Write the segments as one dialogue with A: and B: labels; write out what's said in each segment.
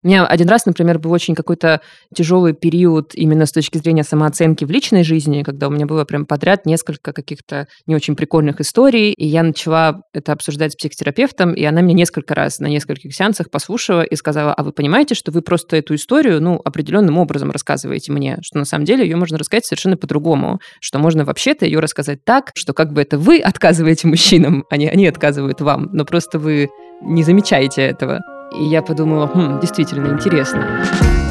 A: У меня один раз, например, был очень какой-то тяжелый период именно с точки зрения самооценки в личной жизни, когда у меня было прям подряд несколько каких-то не очень прикольных историй, и я начала это обсуждать с психотерапевтом, и она мне несколько раз на нескольких сеансах послушала и сказала: а вы понимаете, что вы просто эту историю, определенным образом рассказываете мне, что на самом деле ее можно рассказать совершенно по-другому, что можно вообще-то ее рассказать так, что как бы это вы отказываете мужчинам, а не они отказывают вам, но просто вы не замечаете этого. И я подумала, действительно интересно.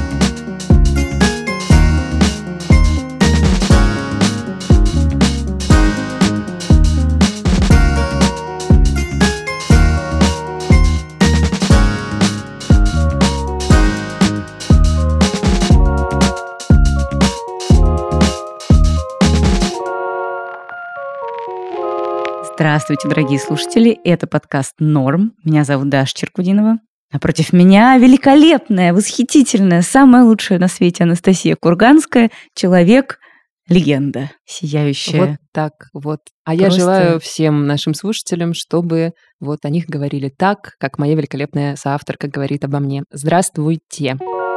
B: Здравствуйте, дорогие слушатели. Это подкаст «Норм». Меня зовут Даша Черкудинова. Напротив меня великолепная, восхитительная, самая лучшая на свете Анастасия Курганская. Человек-легенда, сияющая.
A: Вот так вот. А я желаю всем нашим слушателям, чтобы вот о них говорили так, как моя великолепная соавторка говорит обо мне. Здравствуйте.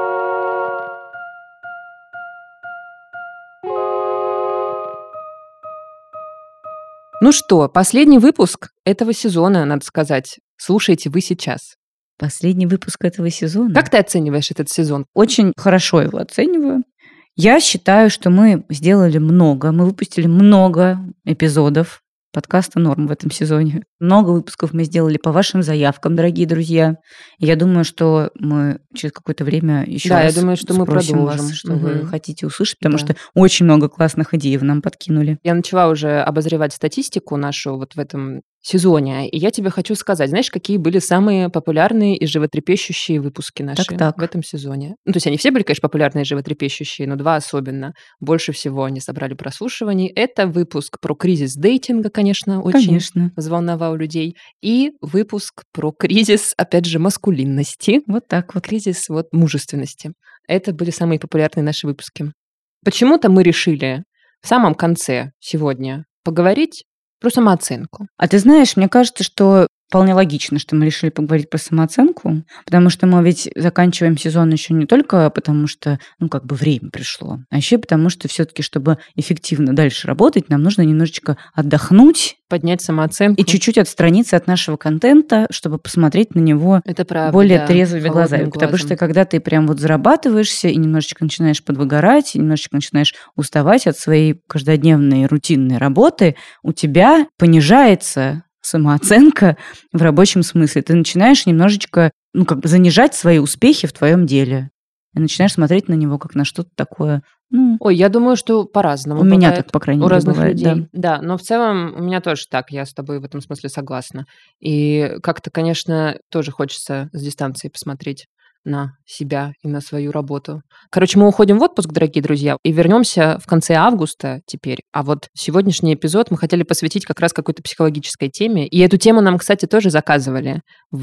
A: Ну что, последний выпуск этого сезона, надо сказать. Слушайте вы сейчас.
B: Последний выпуск этого сезона.
A: Как ты оцениваешь этот сезон?
B: Очень хорошо его оцениваю. Я считаю, что мы сделали много. Мы выпустили много эпизодов подкаста «Норм» в этом сезоне. Много выпусков мы сделали по вашим заявкам, дорогие друзья. И я думаю, что мы через какое-то время еще раз
A: я думаю, что мы продолжим.
B: вас, что вы хотите услышать, потому что очень много классных идей вы нам подкинули.
A: Я начала уже обозревать статистику нашу вот в этом сезоне, и я тебе хочу сказать, знаешь, какие были самые популярные и животрепещущие выпуски наши в этом сезоне? То есть они все были, конечно, популярные и животрепещущие, но два особенно. Больше всего они собрали прослушиваний. Это выпуск про кризис дейтинга, конечно, очень взволновал людей, и выпуск про кризис, опять же, маскулинности.
B: Вот так вот.
A: Кризис мужественности. Это были самые популярные наши выпуски. Почему-то мы решили в самом конце сегодня поговорить про самооценку.
B: А ты знаешь, мне кажется, что вполне логично, что мы решили поговорить про самооценку, потому что мы ведь заканчиваем сезон еще не только потому, что, время пришло, а еще и потому, что все-таки, чтобы эффективно дальше работать, нам нужно немножечко отдохнуть,
A: поднять самооценку
B: и чуть-чуть отстраниться от нашего контента, чтобы посмотреть на него более трезвыми глазами. Потому что когда ты прям вот зарабатываешься и немножечко начинаешь подвыгорать, и немножечко начинаешь уставать от своей каждодневной рутинной работы, у тебя понижается самооценка в рабочем смысле. Ты начинаешь немножечко, занижать свои успехи в твоем деле. И начинаешь смотреть на него как на что-то такое.
A: Ой, я думаю, что по-разному.
B: У меня так, по крайней мере,
A: у разных
B: бывает,
A: людей. Да, но в целом у меня тоже так, я с тобой в этом смысле согласна. И как-то, конечно, тоже хочется с дистанции посмотреть на себя и на свою работу. Короче, мы уходим в отпуск, дорогие друзья, и вернемся в конце августа теперь. А вот сегодняшний эпизод мы хотели посвятить как раз какой-то психологической теме. И эту тему нам, кстати, тоже заказывали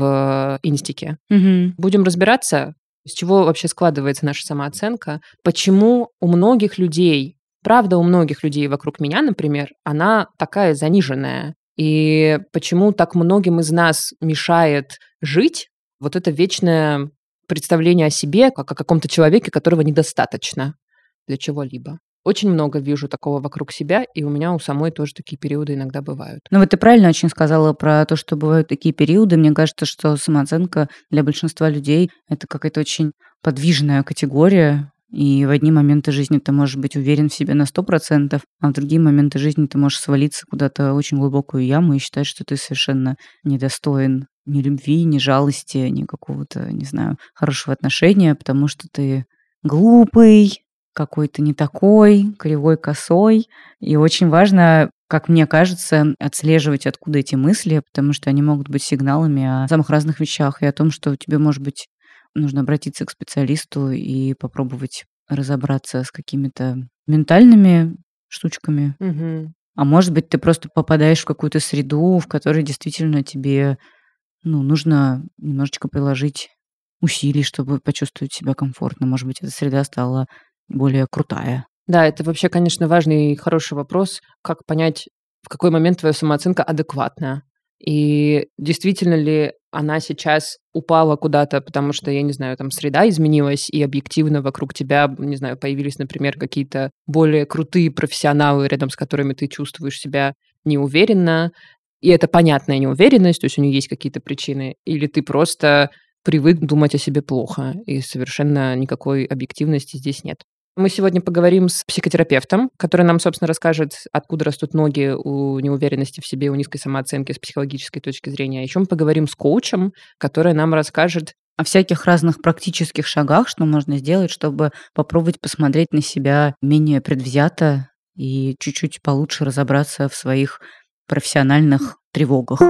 A: в Инстике. Будем разбираться, с чего вообще складывается наша самооценка, почему у многих людей, правда, у многих людей вокруг меня, например, она такая заниженная. И почему так многим из нас мешает жить вот это вечное представление о себе, как о каком-то человеке, которого недостаточно для чего-либо. Очень много вижу такого вокруг себя, и у меня у самой тоже такие периоды иногда бывают.
B: Вот ты правильно очень сказала про то, что бывают такие периоды. Мне кажется, что самооценка для большинства людей – это какая-то очень подвижная категория, и в одни моменты жизни ты можешь быть уверен в себе на 100%, а в другие моменты жизни ты можешь свалиться куда-то в очень глубокую яму и считать, что ты совершенно недостоин ни любви, ни жалости, ни какого-то, не знаю, хорошего отношения, потому что ты глупый, какой-то не такой, кривой, косой. И очень важно, как мне кажется, отслеживать, откуда эти мысли, потому что они могут быть сигналами о самых разных вещах и о том, что тебе, может быть, нужно обратиться к специалисту и попробовать разобраться с какими-то ментальными штучками. А может быть, ты просто попадаешь в какую-то среду, в которой действительно тебе нужно немножечко приложить усилий, чтобы почувствовать себя комфортно. Может быть, эта среда стала более крутая.
A: Да, это вообще, конечно, важный и хороший вопрос, как понять, в какой момент твоя самооценка адекватная. И действительно ли она сейчас упала куда-то, потому что, я не знаю, там среда изменилась, и объективно вокруг тебя, не знаю, появились, например, какие-то более крутые профессионалы, рядом с которыми ты чувствуешь себя неуверенно, и это понятная неуверенность, то есть у нее есть какие-то причины, или ты просто привык думать о себе плохо, и совершенно никакой объективности здесь нет. Мы сегодня поговорим с психотерапевтом, который нам, собственно, расскажет, откуда растут ноги у неуверенности в себе, у низкой самооценки с психологической точки зрения. Еще мы поговорим с коучем, который нам расскажет
B: О всяких разных практических шагах, что можно сделать, чтобы попробовать посмотреть на себя менее предвзято и чуть-чуть получше разобраться в своих профессиональных тревогах.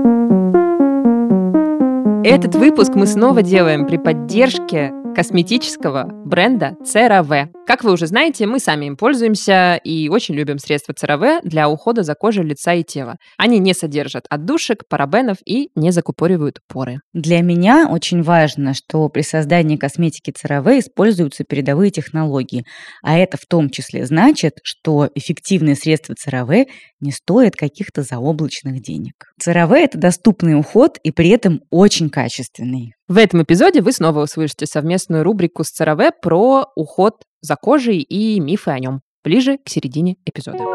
A: Этот выпуск мы снова делаем при поддержке косметического бренда CeraVe. Как вы уже знаете, мы сами им пользуемся и очень любим средства CeraVe для ухода за кожей лица и тела. Они не содержат отдушек, парабенов и не закупоривают поры.
B: Для меня очень важно, что при создании косметики CeraVe используются передовые технологии, а это в том числе значит, что эффективные средства CeraVe не стоят каких-то заоблачных денег. CeraVe – это доступный уход и при этом очень качественный.
A: В этом эпизоде вы снова услышите совместную рубрику с CeraVe про уход за кожей и мифы о нем. Ближе к середине эпизода.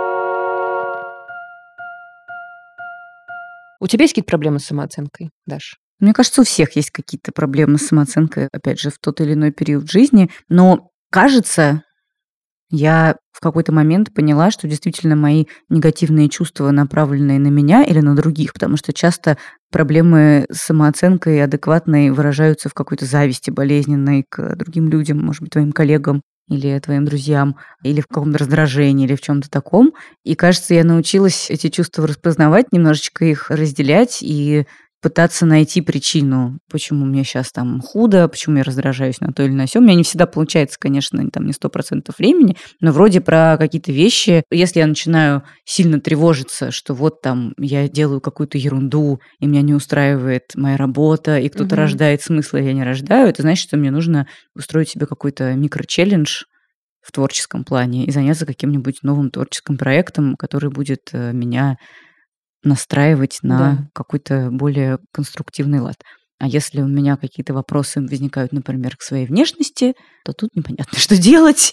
A: У тебя есть какие-то проблемы с самооценкой, Даш?
B: Мне кажется, у всех есть какие-то проблемы с самооценкой, опять же, в тот или иной период жизни. Но, кажется, я в какой-то момент поняла, что действительно мои негативные чувства, направленные на меня или на других, потому что часто проблемы с самооценкой адекватной выражаются в какой-то зависти болезненной к другим людям, может быть, твоим коллегам или твоим друзьям, или в каком-то раздражении, или в чем-то таком. И, кажется, я научилась эти чувства распознавать, немножечко их разделять и пытаться найти причину, почему мне сейчас там худо, почему я раздражаюсь на то или на сём. У меня не всегда получается, конечно, там не 100% времени, но вроде про какие-то вещи, если я начинаю сильно тревожиться, что вот там я делаю какую-то ерунду, и меня не устраивает моя работа, и кто-то рождает смысл, а я не рождаю, это значит, что мне нужно устроить себе какой-то микрочеллендж в творческом плане и заняться каким-нибудь новым творческим проектом, который будет меня настраивать на какой-то более конструктивный лад. А если у меня какие-то вопросы возникают, например, к своей внешности, то тут непонятно, что делать.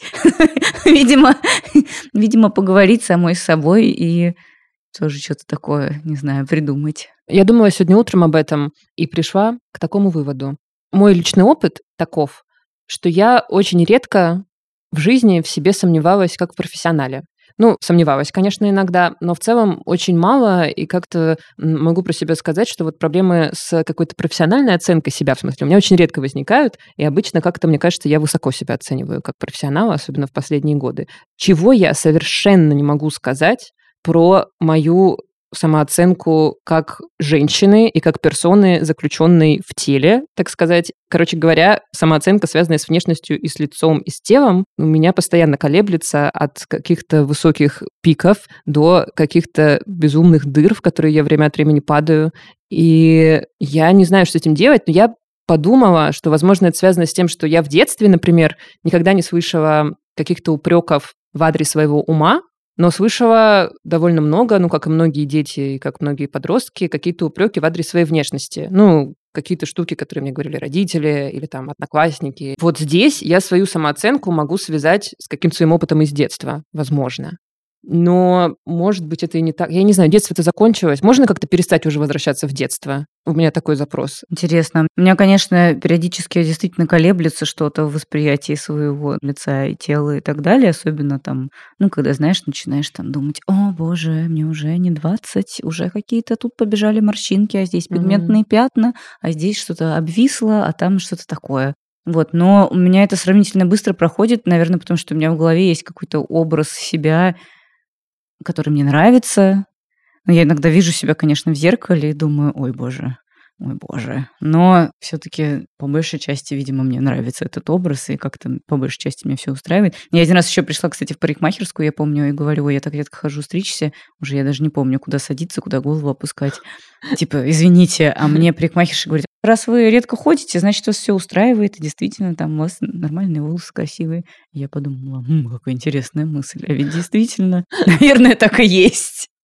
B: Видимо, поговорить самой с собой и тоже что-то такое, не знаю, придумать.
A: Я думала сегодня утром об этом и пришла к такому выводу. Мой личный опыт таков, что я очень редко в жизни в себе сомневалась как в профессионале. Ну, сомневалась, конечно, иногда, но в целом очень мало, и как-то могу про себя сказать, что вот проблемы с какой-то профессиональной оценкой себя, в смысле, у меня очень редко возникают, и обычно как-то, мне кажется, я высоко себя оцениваю как профессионала, особенно в последние годы. Чего я совершенно не могу сказать про мою самооценку как женщины и как персоны, заключенной в теле, так сказать. Короче говоря, самооценка, связанная с внешностью и с лицом, и с телом, у меня постоянно колеблется от каких-то высоких пиков до каких-то безумных дыр, в которые я время от времени падаю. И я не знаю, что с этим делать, но я подумала, что, возможно, это связано с тем, что я в детстве, например, никогда не слышала каких-то упреков в адрес своего ума, но слышала довольно много, ну, как и многие дети, и как многие подростки, какие-то упреки в адрес своей внешности. Ну, какие-то штуки, которые мне говорили родители или там одноклассники. Вот здесь я свою самооценку могу связать с каким-то своим опытом из детства, возможно. Но, может быть, это и не так. Я не знаю, детство-то закончилось. Можно как-то перестать уже возвращаться в детство? У меня такой запрос.
B: Интересно. У меня, конечно, периодически действительно колеблется что-то в восприятии своего лица и тела и так далее. Особенно там, ну, когда, знаешь, начинаешь там думать, о, боже, мне уже не 20, уже какие-то тут побежали морщинки, а здесь пигментные пятна, а здесь что-то обвисло, а там что-то такое. Вот, но у меня это сравнительно быстро проходит, наверное, потому что у меня в голове есть какой-то образ себя, который мне нравится. Но я иногда вижу себя, конечно, в зеркале и думаю, ой, боже. Но все-таки по большей части, видимо, мне нравится этот образ, и как-то по большей части меня все устраивает. Я один раз еще пришла, кстати, в парикмахерскую, я помню, и говорю, ой, я так редко хожу стричься, уже я даже не помню, куда садиться, куда голову опускать. Типа, извините, а мне парикмахерша говорит, раз вы редко ходите, значит, вас все устраивает, и действительно, там у вас нормальные волосы красивые. Я подумала, какая интересная мысль, а ведь действительно, наверное, так и есть.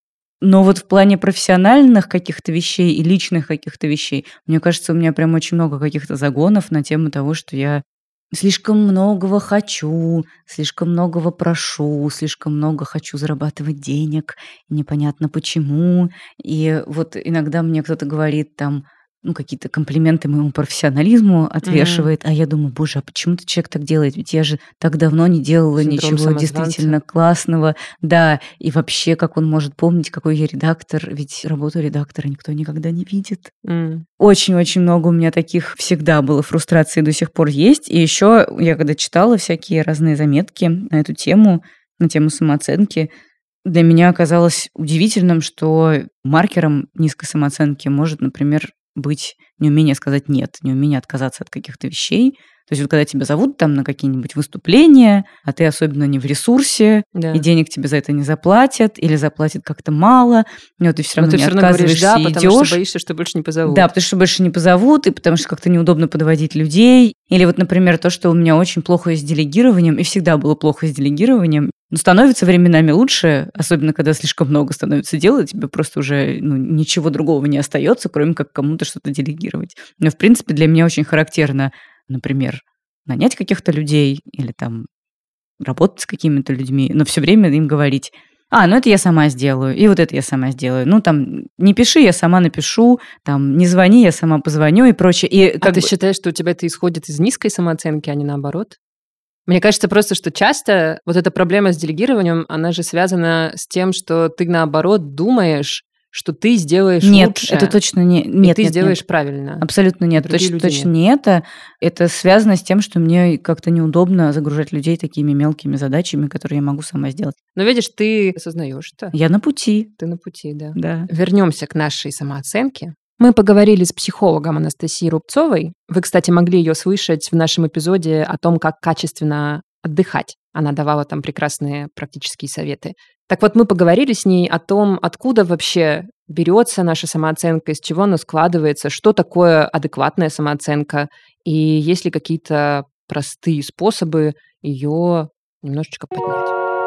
B: Но вот в плане профессиональных каких-то вещей и личных каких-то вещей, мне кажется, у меня прям очень много каких-то загонов на тему того, что я слишком многого хочу, слишком многого прошу, слишком много хочу зарабатывать денег, непонятно почему. И вот иногда мне кто-то говорит там, ну, какие-то комплименты моему профессионализму
A: Мгм.
B: отвешивает, а я думаю, боже, а почему этот человек так делает? Ведь я же так давно не делала
A: Синдром
B: ничего
A: самозванца.
B: действительно классного. Да, и вообще, как он может помнить, какой я редактор? Ведь работу редактора никто никогда не видит.
A: М.
B: Очень-очень много у меня таких всегда было фрустраций, до сих пор есть. И еще я когда читала всякие разные заметки на эту тему, на тему самооценки, для меня оказалось удивительным, что маркером низкой самооценки может, например, быть неумение сказать «нет», неумение отказаться от каких-то вещей. То есть вот когда тебя зовут там на какие-нибудь выступления, а ты особенно не в ресурсе, и
A: Да.
B: денег тебе за это не заплатят, или заплатят как-то мало, но ты все
A: Но
B: равно
A: ты
B: не
A: все равно говоришь
B: отказываешься
A: "да",
B: и
A: потому что
B: идешь.
A: боишься, что больше не
B: Да,
A: позовут.
B: потому что больше не позовут, и потому что как-то неудобно подводить людей. Или вот, например, то, что у меня очень плохо с делегированием, и всегда было плохо с делегированием. Но становится временами лучше, особенно когда слишком много становится дела, тебе просто уже ну, ничего другого не остается, кроме как кому-то что-то делегировать. Но, в принципе, для меня очень характерно, например, нанять каких-то людей или там работать с какими-то людьми, но все время им говорить: ну это я сама сделаю, и вот это я сама сделаю. Ну, там, не пиши, я сама напишу, там, не звони, я сама позвоню и прочее. И
A: А
B: как
A: ты
B: бы
A: считаешь, что у тебя это исходит из низкой самооценки, а не наоборот? Мне кажется просто, что часто вот эта проблема с делегированием, она же связана с тем, что ты, наоборот, думаешь, что ты сделаешь
B: нет, это
A: лучше,
B: точно не
A: и
B: нет
A: ты
B: нет нет.
A: сделаешь правильно,
B: Абсолютно
A: а
B: нет.
A: другие
B: Точно
A: люди
B: точно
A: нет.
B: не это. Это связано с тем, что мне как-то неудобно загружать людей такими мелкими задачами, которые я могу сама сделать.
A: Но видишь, ты осознаешь это,
B: Я на пути,
A: ты на пути, да.
B: да.
A: Вернемся к нашей самооценке. Мы поговорили с психологом Анастасией Рубцовой. Вы, кстати, могли ее слышать в нашем эпизоде о том, как качественно отдыхать. Она давала там прекрасные практические советы. Так вот, мы поговорили с ней о том, откуда вообще берется наша самооценка, из чего она складывается, что такое адекватная самооценка, и есть ли какие-то простые способы ее немножечко поднять.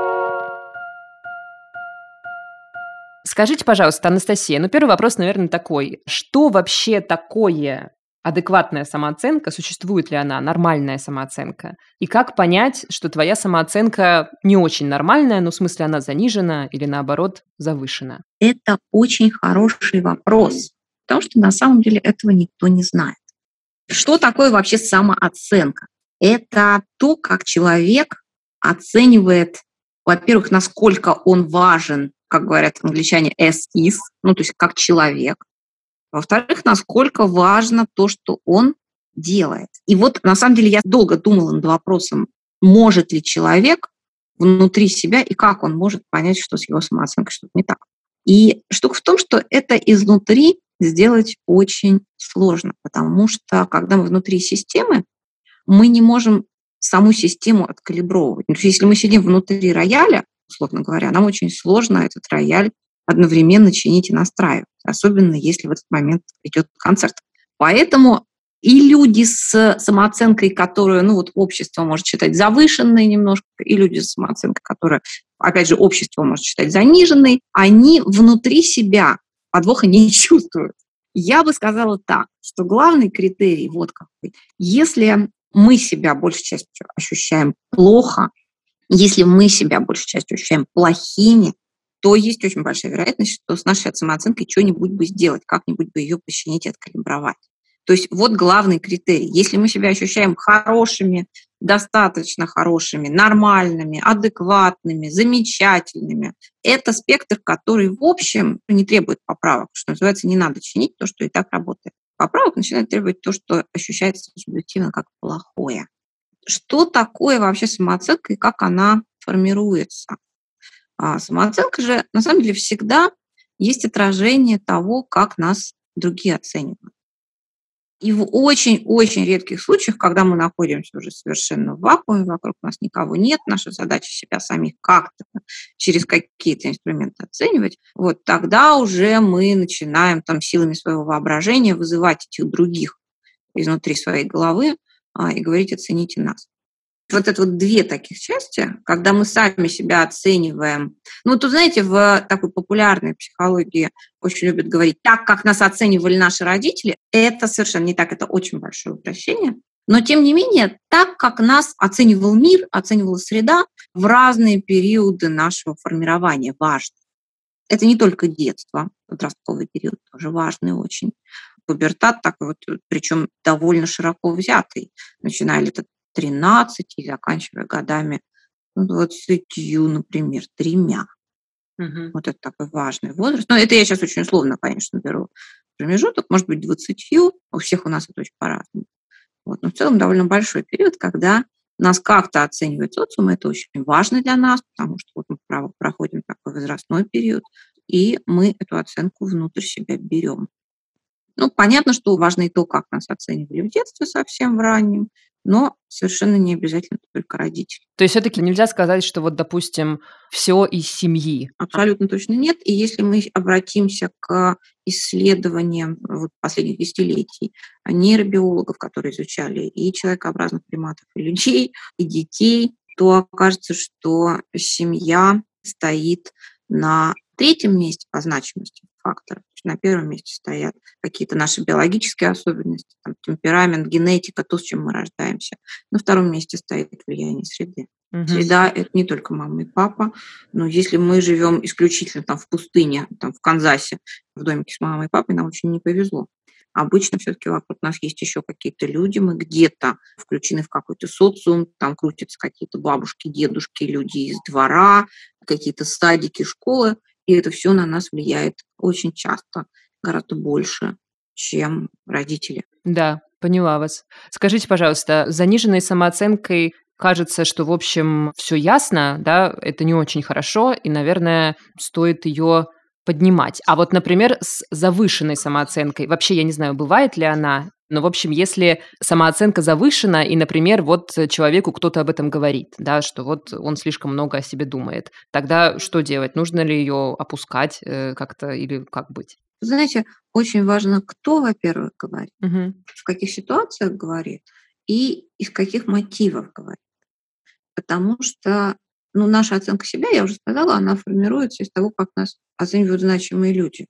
A: Скажите, пожалуйста, Анастасия, ну, первый вопрос, наверное, такой. Что вообще такое адекватная самооценка? Существует ли она, нормальная самооценка? И как понять, что твоя самооценка не очень нормальная, ну, в смысле, она занижена или, наоборот, завышена?
C: Это очень хороший вопрос, потому что на самом деле этого никто не знает. Что такое вообще самооценка? Это то, как человек оценивает, во-первых, насколько он важен, как говорят англичане, as is, ну то есть как человек. Во-вторых, насколько важно то, что он делает. И вот на самом деле я долго думала над вопросом, может ли человек внутри себя и как он может понять, что с его самооценкой что-то не так. И штука в том, что это изнутри сделать очень сложно, потому что когда мы внутри системы, мы не можем саму систему откалибровывать. Ну, то есть если мы сидим внутри рояля, условно говоря, нам очень сложно этот рояль одновременно чинить и настраивать, особенно если в этот момент идет концерт. Поэтому и люди с самооценкой, которую, ну вот общество может считать завышенной немножко, и люди с самооценкой, которую, опять же, общество может считать заниженной, они внутри себя подвоха не чувствуют. Я бы сказала так, что главный критерий вот какой. Если мы себя большей частью ощущаем плохо, если мы себя большей частью ощущаем плохими, то есть очень большая вероятность, что с нашей самооценкой что-нибудь бы сделать, как-нибудь бы ее починить и откалибровать. То есть вот главный критерий. Если мы себя ощущаем хорошими, достаточно хорошими, нормальными, адекватными, замечательными, это спектр, который в общем не требует поправок, что называется, не надо чинить то, что и так работает. Поправок начинает требовать то, что ощущается субъективно как плохое. Что такое вообще самооценка и как она формируется? Самооценка же на самом деле всегда есть отражение того, как нас другие оценивают. И в очень-очень редких случаях, когда мы находимся уже совершенно в вакууме, вокруг нас никого нет, наша задача себя самих как-то через какие-то инструменты оценивать, вот тогда уже мы начинаем там силами своего воображения вызывать этих других изнутри своей головы и говорить: оцените нас. Вот это вот две таких части, когда мы сами себя оцениваем. Ну, тут, знаете, в такой популярной психологии очень любят говорить, так, как нас оценивали наши родители, это совершенно не так, это очень большое упрощение. Но, тем не менее, так, как нас оценивал мир, оценивала среда в разные периоды нашего формирования, важно. Это не только детство, подростковый период тоже важный очень. Пубертат такой вот, причем довольно широко взятый. Начиная лет от 13 и заканчивая годами 20, например, 3.
A: Мгм.
C: Вот это такой важный возраст. Но это я сейчас очень условно, конечно, беру промежуток. Может быть, 20. У всех у нас это очень по-разному. Вот. Но в целом довольно большой период, когда нас как-то оценивает социум. Это очень важно для нас, потому что вот мы проходим такой возрастной период, и мы эту оценку внутрь себя берем. Ну, понятно, что важно и то, как нас оценивали в детстве совсем в раннем, но совершенно не обязательно только родители.
A: То есть все-таки нельзя сказать, что вот, допустим, все из семьи.
C: Абсолютно точно нет. И если мы обратимся к исследованиям вот последних десятилетий нейробиологов, которые изучали и человекообразных приматов, и людей, и детей, то окажется, что семья стоит на третьем месте по значимости факторов. На первом месте стоят какие-то наши биологические особенности, там, темперамент, генетика, то, с чем мы рождаемся. На втором месте стоит влияние среды.
A: Мгм.
C: Среда – это не только мама и папа, но если мы живем исключительно там в пустыне, там в Канзасе, в домике с мамой и папой, нам очень не повезло. Обычно все-таки вокруг нас есть еще какие-то люди, мы где-то включены в какой-то социум, там крутятся какие-то бабушки, дедушки, люди из двора, какие-то садики, школы, и это все на нас влияет очень часто, гораздо больше, чем родители.
A: Да, поняла вас. Скажите, пожалуйста, с заниженной самооценкой кажется, что, в общем, все ясно, да, это не очень хорошо, и, наверное, стоит ее поднимать. А вот, например, с завышенной самооценкой, вообще, я не знаю, бывает ли она, но, в общем, если самооценка завышена, и, например, вот человеку кто-то об этом говорит, да, что вот он слишком много о себе думает, тогда что делать? Нужно ли ее опускать как-то или как быть?
C: Знаете, очень важно, кто, во-первых, говорит,
A: Мгм.
C: в каких ситуациях говорит и из каких мотивов говорит. Потому что, ну, наша оценка себя, я уже сказала, она формируется из того, как нас оценивают значимые люди.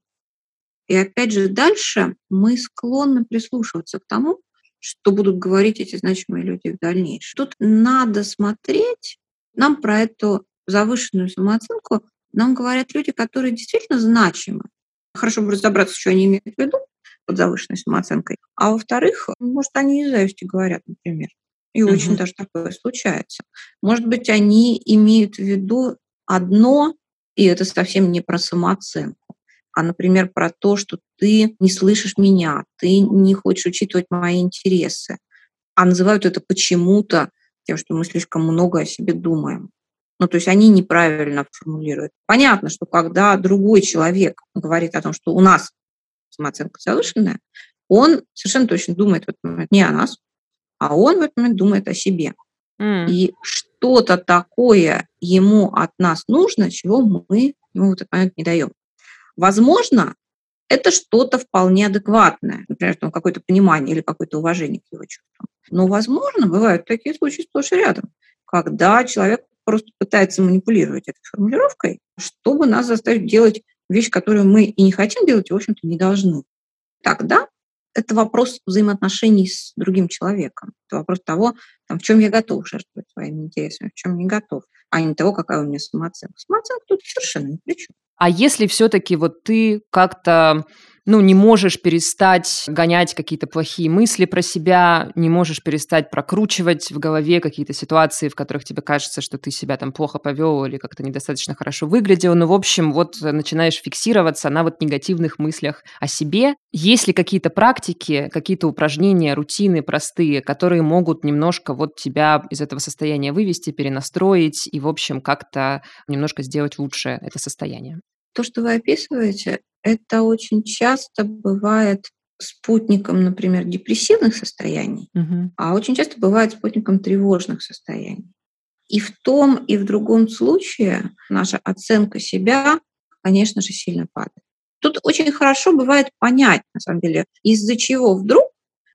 C: И опять же, дальше мы склонны прислушиваться к тому, что будут говорить эти значимые люди в дальнейшем. Тут надо смотреть, нам про эту завышенную самооценку нам говорят люди, которые действительно значимы. Хорошо бы разобраться, что они имеют в виду под завышенной самооценкой. А во-вторых, может, они из зависти говорят, например. И очень
A: Мгм.
C: даже такое случается. Может быть, они имеют в виду одно, и это совсем не про самооценку, а, например, про то, что ты не слышишь меня, ты не хочешь учитывать мои интересы, а называют это почему-то тем, что мы слишком много о себе думаем. Ну, то есть они неправильно формулируют. Понятно, что когда другой человек говорит о том, что у нас самооценка завышенная, он совершенно точно думает в этот момент не о нас, а он в этот момент думает о себе.
A: М.
C: И что-то такое ему от нас нужно, чего мы ему в этот момент не даем. Возможно, это что-то вполне адекватное, например, там какое-то понимание или какое-то уважение к его чувствам. Но, возможно, бывают такие случаи сплошь и рядом, когда человек просто пытается манипулировать этой формулировкой, чтобы нас заставить делать вещь, которую мы и не хотим делать, и, в общем-то, не должны. Тогда это вопрос взаимоотношений с другим человеком. Это вопрос того, там, в чем я готов жертвовать своими интересами, в чем не готов, а не того, какая у меня самооценка. Самооценка тут совершенно ни при чем.
A: А если все-таки вот ты как-то, ну, не можешь перестать гонять какие-то плохие мысли про себя, не можешь перестать прокручивать в голове какие-то ситуации, в которых тебе кажется, что ты себя там плохо повел или как-то недостаточно хорошо выглядел, ну, в общем, вот начинаешь фиксироваться на вот негативных мыслях о себе. Есть ли какие-то практики, какие-то упражнения, рутины простые, которые могут немножко вот тебя из этого состояния вывести, перенастроить и, в общем, как-то немножко сделать лучше это состояние?
C: То, что вы описываете, это очень часто бывает спутником, например, депрессивных состояний,
A: Мгм.
C: а очень часто бывает спутником тревожных состояний. И в том, и в другом случае наша оценка себя, конечно же, сильно падает. Тут очень хорошо бывает понять, на самом деле, из-за чего вдруг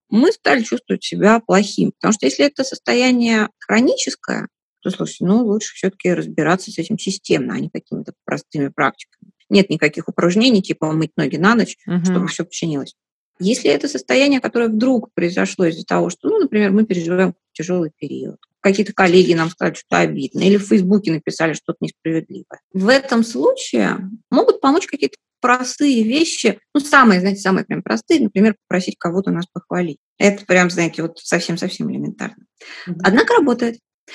C: мы стали чувствовать себя плохим. Потому что если это состояние хроническое, то, слушай, лучше все-таки разбираться с этим системно, а не какими-то простыми практиками. Нет никаких упражнений, типа мыть ноги на ночь, чтобы все починилось. Если это состояние, которое вдруг произошло из-за того, что, например, мы переживаем тяжелый период, какие-то коллеги нам сказали что-то обидно, или в Фейсбуке написали что-то несправедливое. В этом случае могут помочь какие-то простые вещи, самые прям простые, например, попросить кого-то нас похвалить. Это прям, знаете, вот совсем-совсем элементарно. Однако работает.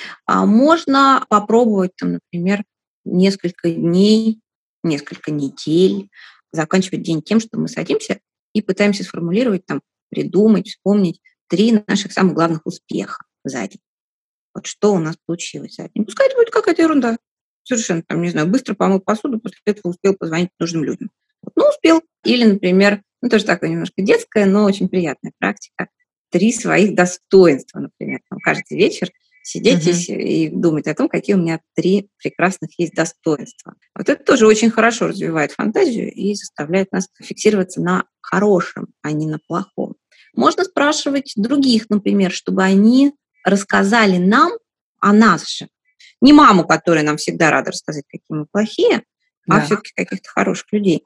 C: Можно попробовать, например, несколько дней, несколько недель, заканчивать день тем, что мы садимся и пытаемся сформулировать, придумать, вспомнить 3 наших самых главных успеха за день. Вот что у нас получилось за день. Пускай это будет какая-то ерунда. Совершенно, быстро помыл посуду, после этого успел позвонить нужным людям. Успел. Или, например, тоже такое немножко детская, но очень приятная практика. 3 своих достоинства, например. Каждый вечер сидеть и думать о том, какие у меня 3 прекрасных есть достоинства. Вот это тоже очень хорошо развивает фантазию и заставляет нас фиксироваться на хорошем, а не на плохом. Можно спрашивать других, например, чтобы они рассказали нам о нас же. Не маму, которая нам всегда рада рассказать, какие мы плохие, а все-таки каких-то хороших людей.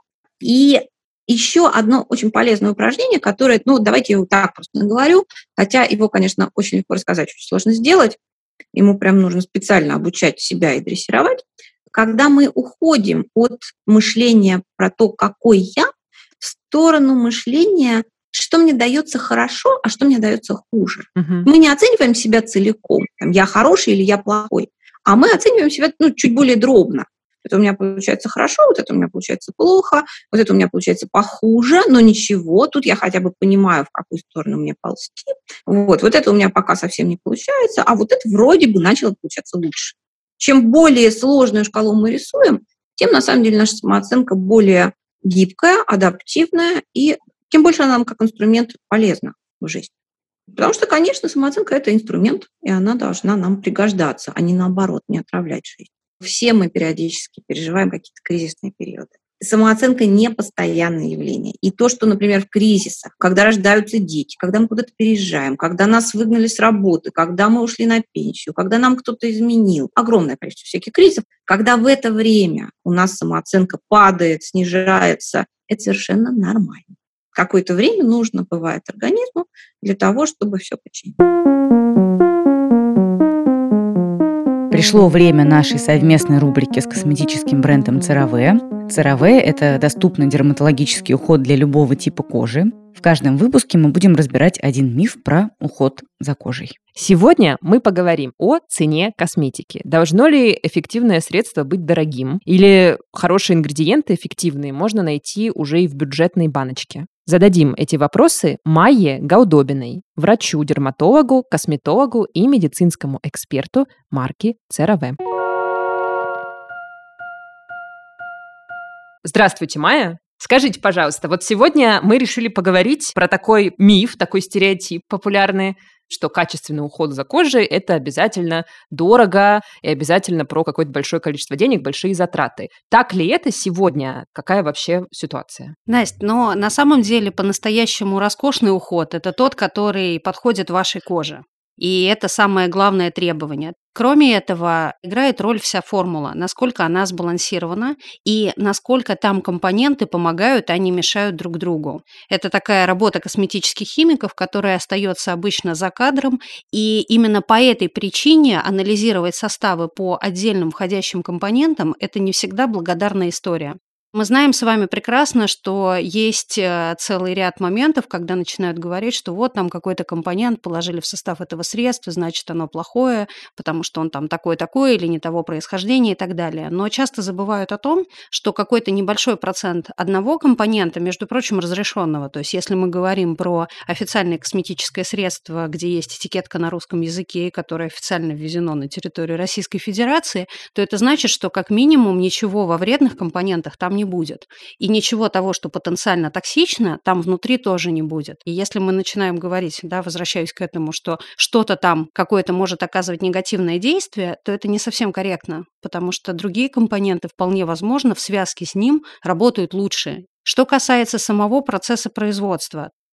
C: И еще одно очень полезное упражнение, которое, давайте я его так просто наговорю, хотя его, конечно, очень легко рассказать, очень сложно сделать. Ему прям нужно специально обучать себя и дрессировать. Когда мы уходим от мышления про то, какой я, в сторону мышления, что мне дается хорошо, а что мне дается хуже. Мы не оцениваем себя целиком, я хороший или я плохой, а мы оцениваем себя чуть более дробно. Это у меня получается хорошо, вот это у меня получается плохо, вот это у меня получается похуже, но ничего, тут я хотя бы понимаю, в какую сторону мне ползти. Вот это у меня пока совсем не получается, а вот это вроде бы начало получаться лучше. Чем более сложную шкалу мы рисуем, тем на самом деле наша самооценка более гибкая, адаптивная, и тем больше она нам как инструмент полезна в жизни. Потому что, конечно, самооценка – это инструмент, и она должна нам пригождаться, а не наоборот, не отравлять жизнь. Все мы периодически переживаем какие-то кризисные периоды. Самооценка – не постоянное явление. И то, что, например, в кризисах, когда рождаются дети, когда мы куда-то переезжаем, когда нас выгнали с работы, когда мы ушли на пенсию, когда нам кто-то изменил, огромное количество всяких кризисов, когда в это время у нас самооценка падает, снижается, это совершенно нормально. Какое-то время нужно, бывает, организму для того, чтобы все починить.
B: Пришло время нашей совместной рубрики с косметическим брендом CeraVe. CeraVe – это доступный дерматологический уход для любого типа кожи. В каждом выпуске мы будем разбирать один миф про уход за кожей.
A: Сегодня мы поговорим о цене косметики. Должно ли эффективное средство быть дорогим? Или хорошие ингредиенты эффективные можно найти уже и в бюджетной баночке? Зададим эти вопросы Майе Гаудобиной, врачу-дерматологу, косметологу и медицинскому эксперту марки CeraVe. Здравствуйте, Майя. Скажите, пожалуйста, вот сегодня мы решили поговорить про такой миф, такой стереотип популярный, что качественный уход за кожей – это обязательно дорого и обязательно про какое-то большое количество денег, большие затраты. Так ли это сегодня? Какая вообще ситуация?
D: Настя, но на самом деле по-настоящему роскошный уход – это тот, который подходит вашей коже. И это самое главное требование. Кроме этого, играет роль вся формула, насколько она сбалансирована и насколько там компоненты помогают, а не мешают друг другу. Это такая работа косметических химиков, которая остается обычно за кадром, и именно по этой причине анализировать составы по отдельным входящим компонентам – это не всегда благодарная история. Мы знаем с вами прекрасно, что есть целый ряд моментов, когда начинают говорить, что вот там какой-то компонент положили в состав этого средства, значит, оно плохое, потому что он там такой-такой или не того происхождения и так далее. Но часто забывают о том, что какой-то небольшой процент одного компонента, между прочим, разрешенного, то есть если мы говорим про официальное косметическое средство, где есть этикетка на русском языке, которое официально ввезено на территорию Российской Федерации, то это значит, что как минимум ничего во вредных компонентах там не будет. И ничего того, что потенциально токсично, там внутри тоже не будет. И если мы начинаем говорить, возвращаюсь к этому, что что-то там какое-то может оказывать негативное действие, то это не совсем корректно, потому что другие компоненты вполне возможно в связке с ним работают лучше. Что касается самого процесса производства,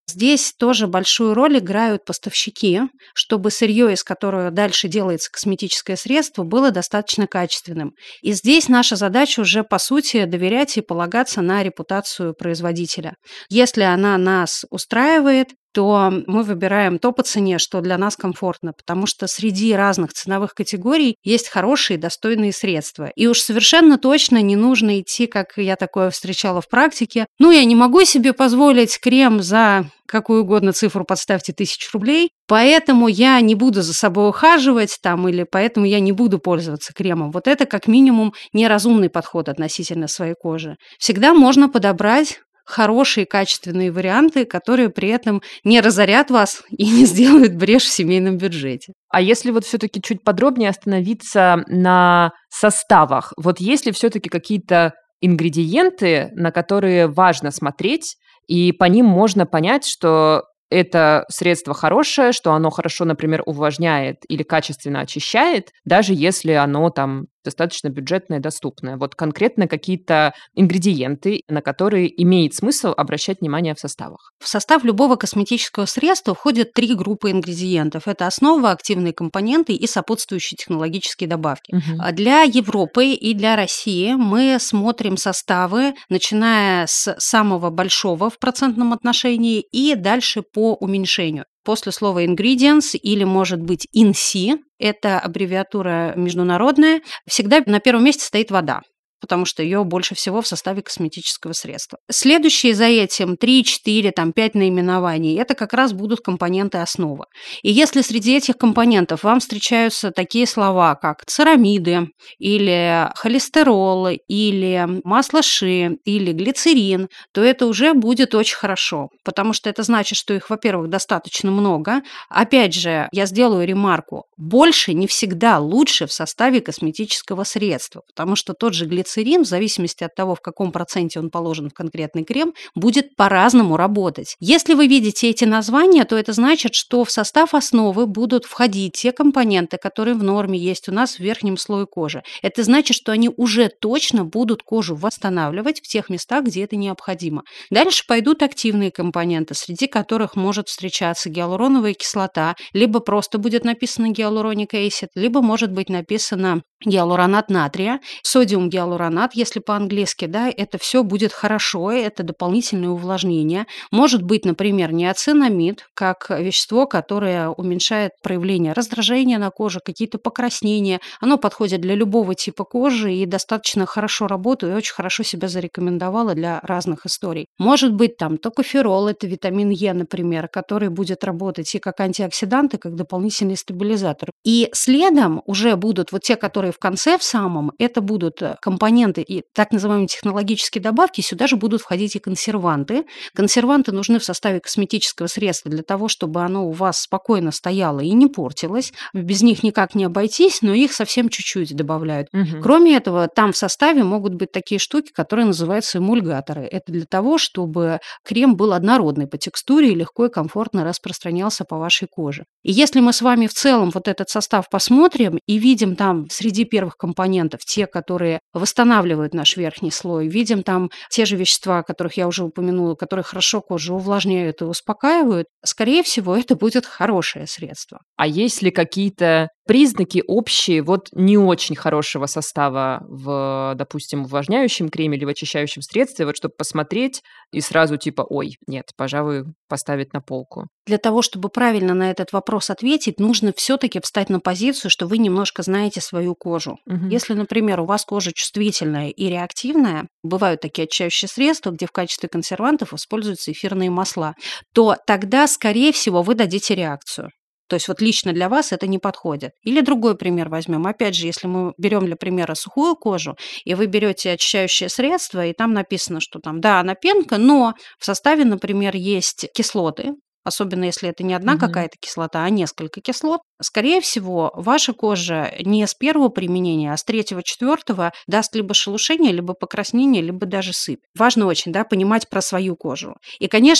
D: Здесь тоже большую роль играют поставщики, чтобы сырье, из которого дальше делается косметическое средство, было достаточно качественным. И здесь наша задача уже, по сути, доверять и полагаться на репутацию производителя. Если она нас устраивает, то мы выбираем то по цене, что для нас комфортно, потому что среди разных ценовых категорий есть хорошие, достойные средства. И уж совершенно точно не нужно идти, как я такое встречала в практике. Я не могу себе позволить крем за какую угодно цифру, подставьте 1000 рублей, поэтому я не буду за собой ухаживать или поэтому я не буду пользоваться кремом. Вот это как минимум неразумный подход относительно своей кожи. Всегда можно подобрать хорошие, качественные варианты, которые при этом не разорят вас и не сделают брешь в семейном бюджете.
A: А если вот все-таки чуть подробнее остановиться на составах, вот есть ли все-таки какие-то ингредиенты, на которые важно смотреть, и по ним можно понять, что это средство хорошее, что оно хорошо, например, увлажняет или качественно очищает, даже если оно достаточно бюджетное и доступное. Вот конкретно какие-то ингредиенты, на которые имеет смысл обращать внимание в составах.
D: В состав любого косметического средства входят 3 группы ингредиентов. Это основа, активные компоненты и сопутствующие технологические добавки.
A: Угу.
D: Для Европы и для России мы смотрим составы, начиная с самого большого в процентном отношении и дальше по уменьшению. После слова ingredients или, может быть, INSI, это аббревиатура международная, всегда на первом месте стоит вода, потому что ее больше всего в составе косметического средства. Следующие за этим 3, 4, 5 наименований, это как раз будут компоненты основы. И если среди этих компонентов вам встречаются такие слова, как церамиды, или холестерол, или масло ши, или глицерин, то это уже будет очень хорошо, потому что это значит, что их, во-первых, достаточно много. Опять же, я сделаю ремарку, больше не всегда лучше в составе косметического средства, потому что тот же глицерин, в зависимости от того, в каком проценте он положен в конкретный крем, будет по-разному работать. Если вы видите эти названия, то это значит, что в состав основы будут входить те компоненты, которые в норме есть у нас в верхнем слое кожи. Это значит, что они уже точно будут кожу восстанавливать в тех местах, где это необходимо. Дальше пойдут активные компоненты, среди которых может встречаться гиалуроновая кислота, либо просто будет написано гиалуроник acid, либо может быть написано гиалуронат натрия, содиум гиалуронат, если по-английски, это все будет хорошо, это дополнительное увлажнение. Может быть, например, неоцинамид, как вещество, которое уменьшает проявление раздражения на коже, какие-то покраснения. Оно подходит для любого типа кожи и достаточно хорошо работает, и очень хорошо себя зарекомендовало для разных историй. Может быть, токоферол, это витамин Е, например, который будет работать и как антиоксидант, и как дополнительный стабилизатор. И следом уже будут те, которые в конце в самом, это будут компоненты и так называемые технологические добавки, сюда же будут входить и консерванты. Консерванты нужны в составе косметического средства для того, чтобы оно у вас спокойно стояло и не портилось. Без них никак не обойтись, но их совсем чуть-чуть добавляют.
A: Угу.
D: Кроме этого, там в составе могут быть такие штуки, которые называются эмульгаторы. Это для того, чтобы крем был однородный по текстуре и легко и комфортно распространялся по вашей коже. И если мы с вами в целом этот состав посмотрим и видим среди первых компонентов те, которые восстанавливают наш верхний слой, видим те же вещества, о которых я уже упомянула, которые хорошо кожу увлажняют и успокаивают, скорее всего, это будет хорошее средство.
A: А есть ли какие-то признаки общие не очень хорошего состава в, допустим, увлажняющем креме или в очищающем средстве, чтобы посмотреть и сразу ой, нет, пожалуй, поставить на полку?
D: Для того, чтобы правильно на этот вопрос ответить, нужно все-таки встать на позицию, что вы немножко знаете свою кожу.
A: Угу.
D: Если, например, у вас кожа чувствительная и реактивная, бывают такие очищающие средства, где в качестве консервантов используются эфирные масла, то тогда, скорее всего, вы дадите реакцию. То есть лично для вас это не подходит. Или другой пример возьмем. Опять же, если мы берем для примера сухую кожу, и вы берете очищающее средство, и там написано, что она пенка, но в составе, например, есть кислоты, особенно если это не одна какая-то кислота, а несколько кислот, скорее всего, ваша кожа не с первого применения, а с 3-4 даст либо шелушение, либо покраснение, либо даже сыпь. Важно очень, понимать про свою кожу. И, конечно,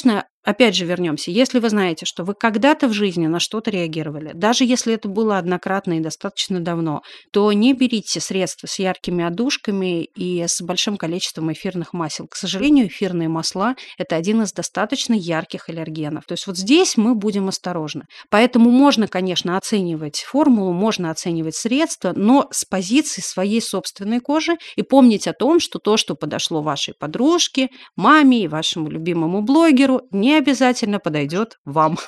D: опять же вернемся. Если вы знаете, что вы когда-то в жизни на что-то реагировали, даже если это было однократно и достаточно давно, то не берите средства с яркими отдушками и с большим количеством эфирных масел. К сожалению, эфирные масла – это один из достаточно ярких аллергенов. То есть вот здесь мы будем осторожны. Поэтому можно, конечно, оценивать формулу, можно оценивать средства, но с позиции своей собственной кожи и помнить о том, что то, что подошло вашей подружке, маме и вашему любимому блогеру, не обязательно подойдет вам.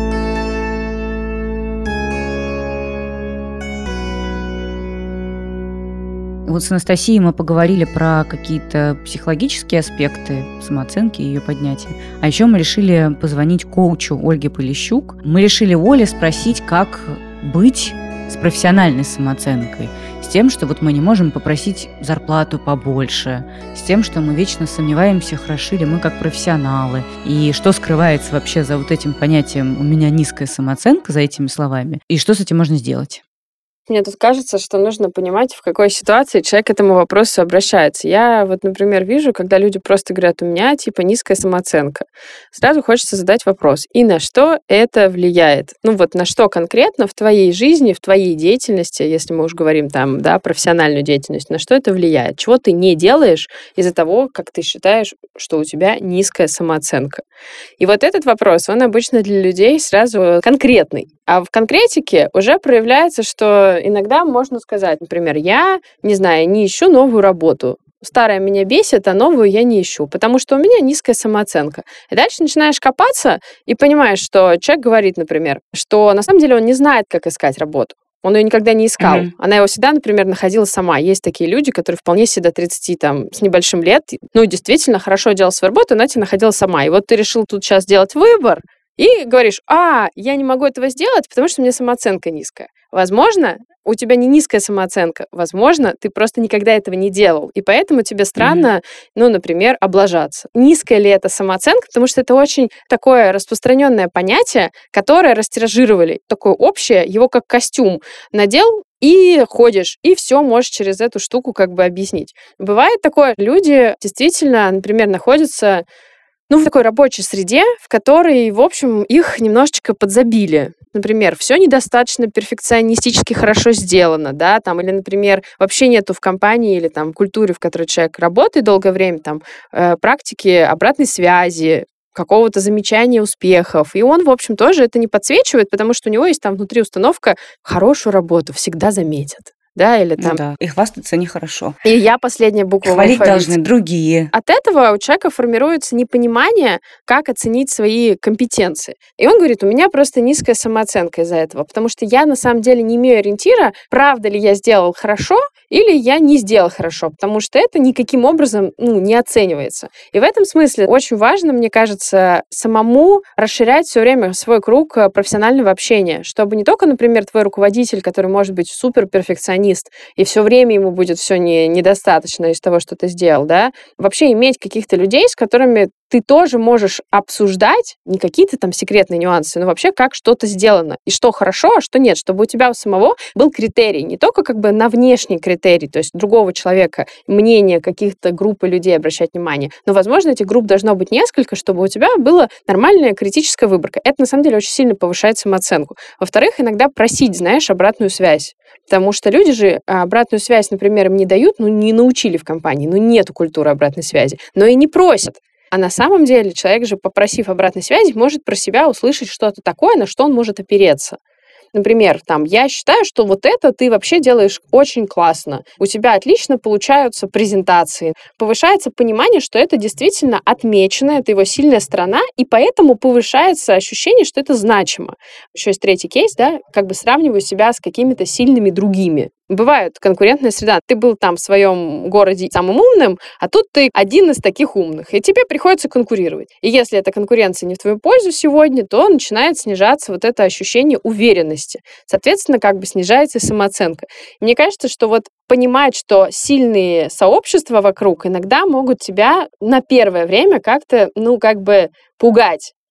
B: Вот с Анастасией мы поговорили про какие-то психологические аспекты самооценки и ее поднятия. А еще мы решили позвонить коучу Ольге Полищук. Мы решили у Оли спросить, как быть с профессиональной самооценкой. С тем, что вот мы не можем попросить зарплату побольше. С тем, что мы вечно сомневаемся, хороши ли мы как профессионалы. И что скрывается вообще за вот этим понятием «у меня низкая самооценка», за этими словами. И что с этим можно сделать?
E: Мне тут кажется, что нужно понимать, в какой ситуации человек к этому вопросу обращается. Я вот, например, вижу, когда люди просто говорят, у меня типа низкая самооценка. Сразу хочется задать вопрос, и на что это влияет? Ну вот на что конкретно в твоей жизни, в твоей деятельности, если мы уж говорим там, да, профессиональную деятельность, на что это влияет? Чего ты не делаешь из-за того, как ты считаешь, что у тебя низкая самооценка? И вот этот вопрос, он обычно для людей сразу конкретный. А в конкретике уже проявляется, что иногда можно сказать, например, я, не знаю, не ищу новую работу. Старая меня бесит, а новую я не ищу, потому что у меня низкая самооценка. И дальше начинаешь копаться и понимаешь, что человек говорит, например, что на самом деле он не знает, как искать работу. Он ее никогда не искал. Она его всегда, например, находила сама. Есть такие люди, которые вполне себе до 30 там, с небольшим лет, ну, действительно хорошо делала свою работу, она тебя находила сама. И вот ты решил тут сейчас делать выбор, и говоришь, я не могу этого сделать, потому что у меня самооценка низкая. Возможно, у тебя не низкая самооценка. Возможно, ты просто никогда этого не делал. И поэтому тебе странно, ну, например, облажаться. Низкая ли это самооценка? Потому что это очень такое распространенное понятие, которое растиражировали. Такое общее, его как костюм надел, и ходишь, и все можешь через эту штуку как бы объяснить. Бывает такое, люди действительно, например, находятся в такой рабочей среде, в которой, в общем, их немножечко подзабили. Например, все недостаточно перфекционистически хорошо сделано, да, там, или, например, вообще нету в компании или там культуре, в которой человек работает долгое время, там, практики обратной связи, какого-то замечания успехов. И он, в общем, тоже это не подсвечивает, потому что у него есть там внутри установка «хорошую работу всегда заметят». Да, или там...
B: Да, и хвастаться нехорошо.
E: И я последняя буква в
B: Хвалить
E: алфавите.
B: должны другие.
E: От этого у человека формируется непонимание, как оценить свои компетенции. И он говорит, у меня просто низкая самооценка из-за этого, потому что я на самом деле не имею ориентира, правда ли я сделал хорошо или я не сделал хорошо, потому что это никаким образом не оценивается. И в этом смысле очень важно, мне кажется, самому расширять все время свой круг профессионального общения, чтобы не только, например, твой руководитель, который может быть суперперфекционист, и все время ему будет все недостаточно из того, что ты сделал, да, вообще иметь каких-то людей, с которыми ты тоже можешь обсуждать не какие-то там секретные нюансы, но вообще как что-то сделано, и что хорошо, а что нет, чтобы у тебя у самого был критерий, не только как бы на внешний критерий, то есть другого человека, мнение каких-то группы людей обращать внимание, но, возможно, этих групп должно быть несколько, чтобы у тебя была нормальная критическая выборка. Это, на самом деле, очень сильно повышает самооценку. Во-вторых, иногда просить, знаешь, обратную связь. Потому что люди же обратную связь, например, им не дают, не научили в компании, нету культуры обратной связи, но и не просят. А на самом деле человек же, попросив обратной связи, может про себя услышать что-то такое, на что он может опереться. Например, я считаю, что вот это ты вообще делаешь очень классно. У тебя отлично получаются презентации. Повышается понимание, что это действительно отмечено, это его сильная сторона, и поэтому повышается ощущение, что это значимо. Еще есть третий кейс, да, как бы сравниваю себя с какими-то сильными другими. Бывает конкурентная среда. Ты был там в своем городе самым умным, а тут ты один из таких умных, и тебе приходится конкурировать. И если эта конкуренция не в твою пользу сегодня, то начинает снижаться вот это ощущение уверенности. Соответственно, как бы снижается и самооценка. И мне кажется, что вот понимать, что сильные сообщества вокруг иногда могут тебя на первое время как-то, как бы пугать.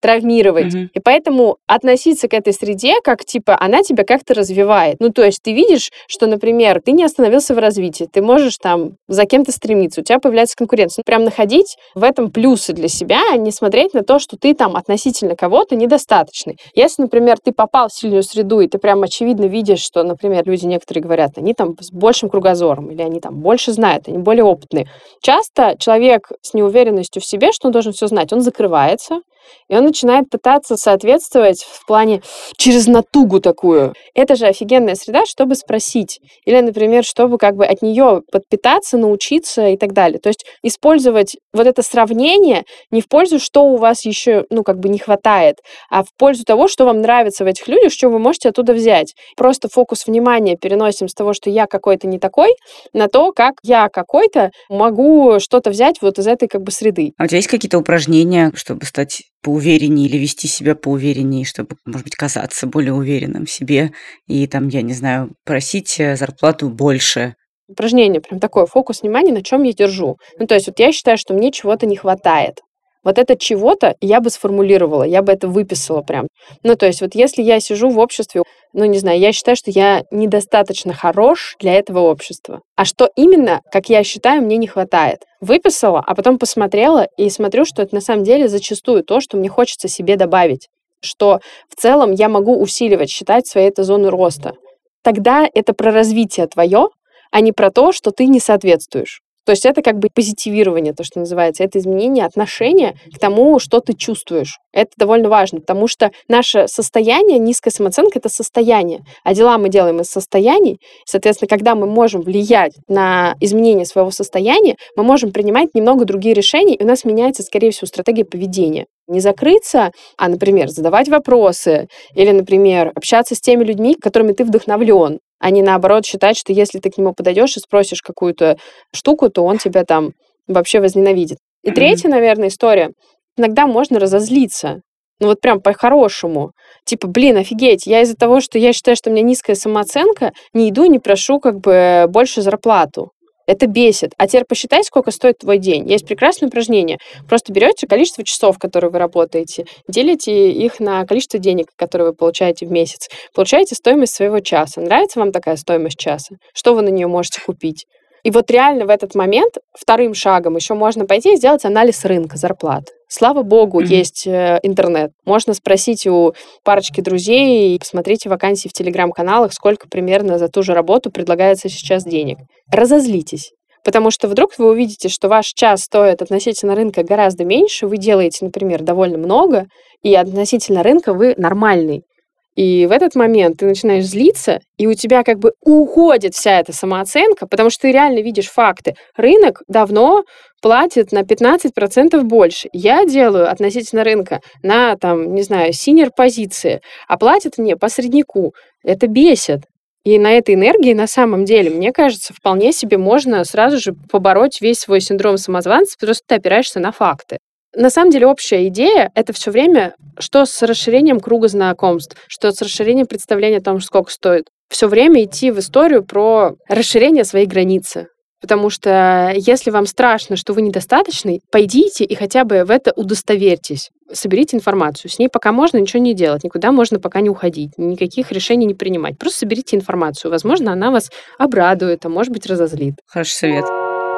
E: травмировать. И поэтому относиться к этой среде, как, типа, она тебя как-то развивает. Ну, то есть ты видишь, что, например, ты не остановился в развитии, ты можешь там за кем-то стремиться, у тебя появляется конкуренция. Прям находить в этом плюсы для себя, а не смотреть на то, что ты там относительно кого-то недостаточный. Если, например, ты попал в сильную среду, и ты прям очевидно видишь, что, например, люди некоторые говорят, они там с большим кругозором, или они там больше знают, они более опытные. Часто человек с неуверенностью в себе, что он должен все знать, он закрывается, и он начинает пытаться соответствовать в плане через натугу такую. Это же офигенная среда, чтобы спросить. Или, например, чтобы как бы от нее подпитаться, научиться и так далее. То есть использовать вот это сравнение не в пользу, что у вас еще, ну, как бы не хватает, а в пользу того, что вам нравится в этих людях, что вы можете оттуда взять. Просто фокус внимания переносим с того, что я какой-то не такой, на то, как я какой-то могу что-то взять вот из этой как бы среды.
B: А у тебя есть какие-то упражнения, чтобы стать поувереннее или вести себя поувереннее, чтобы, может быть, казаться более уверенным в себе и там, я не знаю, просить зарплату больше?
E: Упражнение, прям такой фокус внимания, на чем я держу. Ну, то есть вот я считаю, что мне чего-то не хватает. Вот это чего-то я бы сформулировала, я бы это выписала прям. Ну, то есть вот если я сижу в обществе, ну, не знаю, я считаю, что я недостаточно хорош для этого общества. А что именно, как я считаю, мне не хватает? Выписала, а потом посмотрела и смотрю, что это на самом деле зачастую то, что мне хочется себе добавить. Что в целом я могу усиливать, считать своей это зону роста. Тогда это про развитие твое, а не про то, что ты не соответствуешь. То есть это как бы позитивирование, то, что называется. Это изменение отношения к тому, что ты чувствуешь. Это довольно важно, потому что наше состояние, низкая самооценка — это состояние. А дела мы делаем из состояний. Соответственно, когда мы можем влиять на изменение своего состояния, мы можем принимать немного другие решения, и у нас меняется, скорее всего, стратегия поведения. Не закрыться, а, например, задавать вопросы или, например, общаться с теми людьми, которыми ты вдохновлен, а не, наоборот, считать, что если ты к нему подойдешь и спросишь какую-то штуку, то он тебя там вообще возненавидит. И третья, наверное, история. Иногда можно разозлиться. Ну вот прям по-хорошему. Типа, блин, офигеть, я из-за того, что я считаю, что у меня низкая самооценка, не иду, не прошу как бы больше зарплату. Это бесит. А теперь посчитай, сколько стоит твой день. Есть прекрасное упражнение. Просто берете количество часов, которые вы работаете, делите их на количество денег, которые вы получаете в месяц. Получаете стоимость своего часа. Нравится вам такая стоимость часа? Что вы на нее можете купить? И вот реально в этот момент вторым шагом еще можно пойти и сделать анализ рынка зарплат. Слава богу, есть интернет. Можно спросить у парочки друзей, посмотрите вакансии в телеграм-каналах, сколько примерно за ту же работу предлагается сейчас денег. Разозлитесь. Потому что вдруг вы увидите, что ваш час стоит относительно рынка гораздо меньше, вы делаете, например, довольно много, и относительно рынка вы нормальный. И в этот момент ты начинаешь злиться, и у тебя как бы уходит вся эта самооценка, потому что ты реально видишь факты. Рынок давно платит на 15% больше. Я делаю относительно рынка на, там, не знаю, синьор-позиции, а платят мне по средняку. Это бесит. И на этой энергии, на самом деле, мне кажется, вполне себе можно сразу же побороть весь свой синдром самозванца, потому что ты опираешься на факты. На самом деле общая идея — это все время, что с расширением круга знакомств, что с расширением представления о том, сколько стоит. Все время идти в историю про расширение своей границы. Потому что если вам страшно, что вы недостаточный, пойдите и хотя бы в это удостоверьтесь. Соберите информацию. С ней пока можно ничего не делать, никуда можно пока не уходить, никаких решений не принимать. Просто соберите информацию. Возможно, она вас обрадует, а может быть, разозлит.
B: Хороший совет.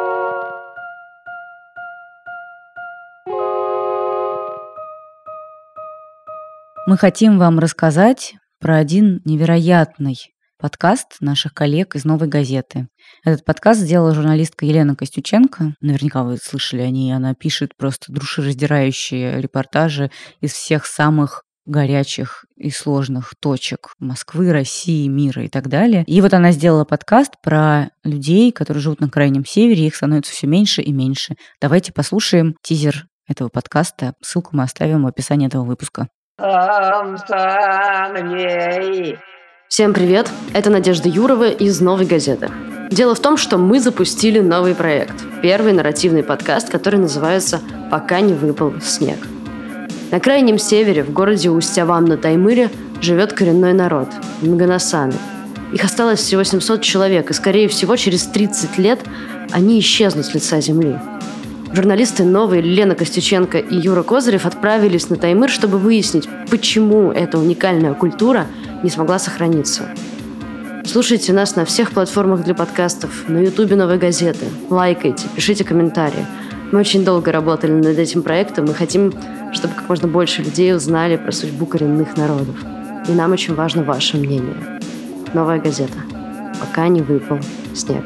B: Мы хотим вам рассказать про один невероятный подкаст наших коллег из «Новой газеты». Этот подкаст сделала журналистка Елена Костюченко. Наверняка вы слышали о ней. Она пишет просто душераздирающие репортажи из всех самых горячих и сложных точек Москвы, России, мира и так далее. И вот она сделала подкаст про людей, которые живут на Крайнем Севере. Их становится все меньше и меньше. Давайте послушаем тизер этого подкаста. Ссылку мы оставим в описании этого выпуска.
F: Всем привет, это Надежда Юрова из «Новой газеты». Дело в том, что мы запустили новый проект. Первый нарративный подкаст, который называется «Пока не выпал снег». На Крайнем Севере, в городе Усть-Авам на Таймыре, живет коренной народ – Нгонасаны. Их осталось всего 700 человек, и, скорее всего, через 30 лет они исчезнут с лица земли. Журналисты «Новой» Лена Костюченко и Юра Козырев отправились на Таймыр, чтобы выяснить, почему эта уникальная культура не смогла сохраниться. Слушайте нас на всех платформах для подкастов, на Ютубе «Новой газеты». Лайкайте, пишите комментарии. Мы очень долго работали над этим проектом и хотим, чтобы как можно больше людей узнали про судьбу коренных народов. И нам очень важно ваше мнение. «Новая газета». Пока не выпал снег.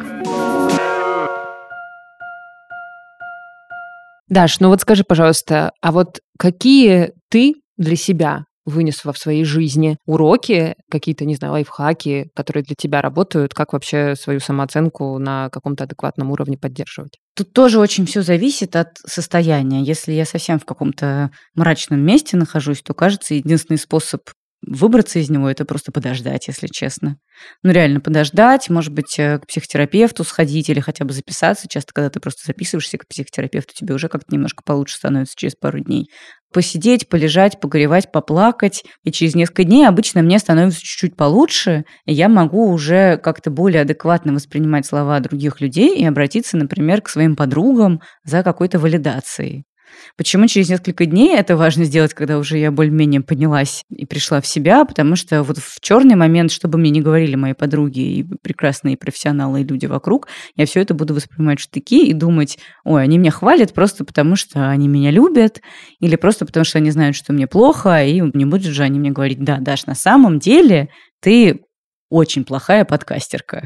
A: Даш, ну вот скажи, пожалуйста, а вот какие ты для себя вынесла в своей жизни уроки, какие-то, не знаю, лайфхаки, которые для тебя работают, как вообще свою самооценку на каком-то адекватном уровне поддерживать?
B: Тут тоже очень все зависит от состояния. Если я совсем в каком-то мрачном месте нахожусь, то, кажется, единственный способ выбраться из него — это просто подождать, если честно. Ну, реально подождать, может быть, к психотерапевту сходить или хотя бы записаться. Часто, когда ты просто записываешься к психотерапевту, тебе уже как-то немножко получше становится через пару дней. Посидеть, полежать, погоревать, поплакать. И через несколько дней обычно мне становится чуть-чуть получше, и я могу уже как-то более адекватно воспринимать слова других людей и обратиться, например, к своим подругам за какой-то валидацией. Почему через несколько дней это важно сделать, когда уже я более-менее поднялась и пришла в себя? Потому что вот в черный момент, что бы мне ни говорили мои подруги и прекрасные профессионалы и люди вокруг, я все это буду воспринимать в штыки и думать: ой, они меня хвалят просто потому, что они меня любят, или просто потому, что они знают, что мне плохо, и не будут же они мне говорить: да, Даш, на самом деле ты очень плохая подкастерка.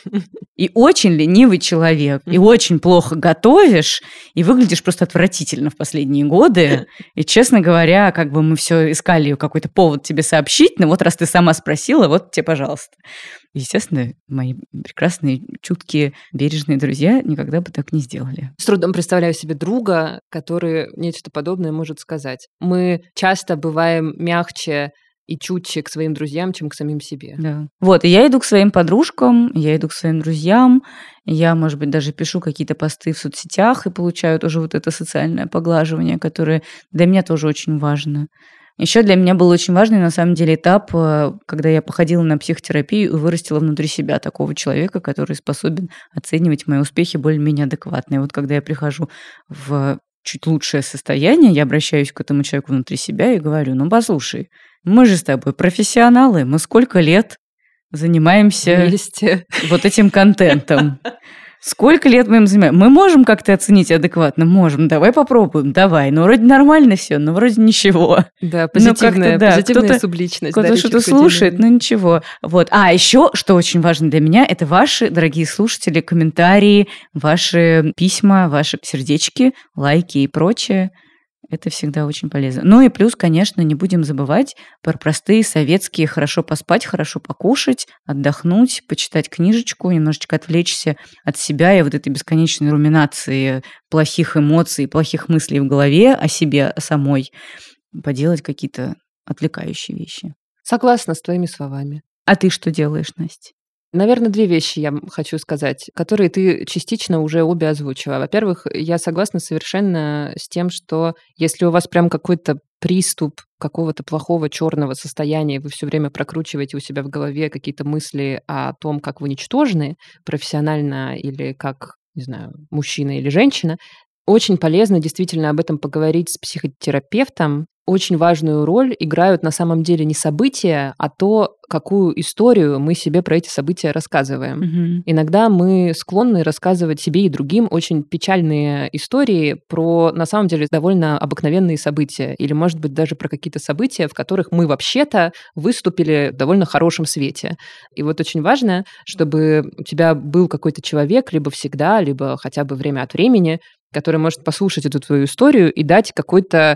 B: И очень ленивый человек. И очень плохо готовишь. И выглядишь просто отвратительно в последние годы. И, честно говоря, как бы мы все искали какой-то повод тебе сообщить, но вот раз ты сама спросила, вот тебе, пожалуйста. Естественно, мои прекрасные, чуткие, бережные друзья никогда бы так не сделали.
A: С трудом представляю себе друга, который нечто подобное может сказать. Мы часто бываем мягче и чутче к своим друзьям, чем к самим себе.
B: Да. Вот, и я иду к своим подружкам, я иду к своим друзьям, я, может быть, даже пишу какие-то посты в соцсетях и получаю тоже вот это социальное поглаживание, которое для меня тоже очень важно. Еще для меня был очень важный, на самом деле, этап, когда я походила на психотерапию и вырастила внутри себя такого человека, который способен оценивать мои успехи более-менее адекватно. И вот когда я прихожу в чуть лучшее состояние, я обращаюсь к этому человеку внутри себя и говорю: ну, послушай, мы же с тобой профессионалы, мы сколько лет занимаемся
A: Вместе.
B: вот этим контентом. Сколько лет мы им занимаемся? Мы можем как-то оценить адекватно? Можем. Давай попробуем. Давай. Ну, вроде нормально все, но вроде ничего.
A: Да, позитивная,
B: да,
A: позитивная субличность.
B: Кто-то что-то слушает, но ничего. Вот. А еще, что очень важно для меня, это ваши, дорогие слушатели, комментарии, ваши письма, ваши сердечки, лайки и прочее. Это всегда очень полезно. Ну и плюс, конечно, не будем забывать про простые советские: хорошо поспать, хорошо покушать, отдохнуть, почитать книжечку, немножечко отвлечься от себя и вот этой бесконечной руминации плохих эмоций, плохих мыслей в голове о себе самой, поделать какие-то отвлекающие вещи.
A: Согласна с твоими словами.
B: А ты что делаешь, Настя?
A: Наверное, 2 вещи я хочу сказать, которые ты частично уже обе озвучила. Во-первых, я согласна совершенно с тем, что если у вас прям какой-то приступ какого-то плохого черного состояния, вы все время прокручиваете у себя в голове какие-то мысли о том, как вы ничтожны профессионально или как, не знаю, мужчина или женщина, очень полезно действительно об этом поговорить с психотерапевтом. Очень важную роль играют на самом деле не события, а то, какую историю мы себе про эти события рассказываем.
B: Мгм.
A: Иногда мы склонны рассказывать себе и другим очень печальные истории про, на самом деле, довольно обыкновенные события. Или, может быть, даже про какие-то события, в которых мы вообще-то выступили в довольно хорошем свете. И вот очень важно, чтобы у тебя был какой-то человек либо всегда, либо хотя бы время от времени, который может послушать эту твою историю и дать какой-то,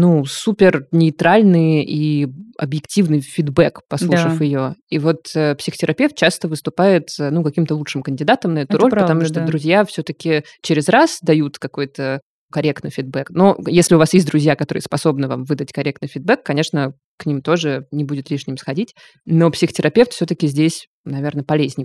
A: супер нейтральный и объективный фидбэк, послушав ее. И вот психотерапевт часто выступает, каким-то лучшим кандидатом на эту
B: Это
A: роль,
B: правда,
A: потому что
B: да.
A: друзья все-таки через раз дают какой-то корректный фидбэк. Но если у вас есть друзья, которые способны вам выдать корректный фидбэк, конечно, к ним тоже не будет лишним сходить. Но психотерапевт все-таки здесь, наверное, полезнее будет.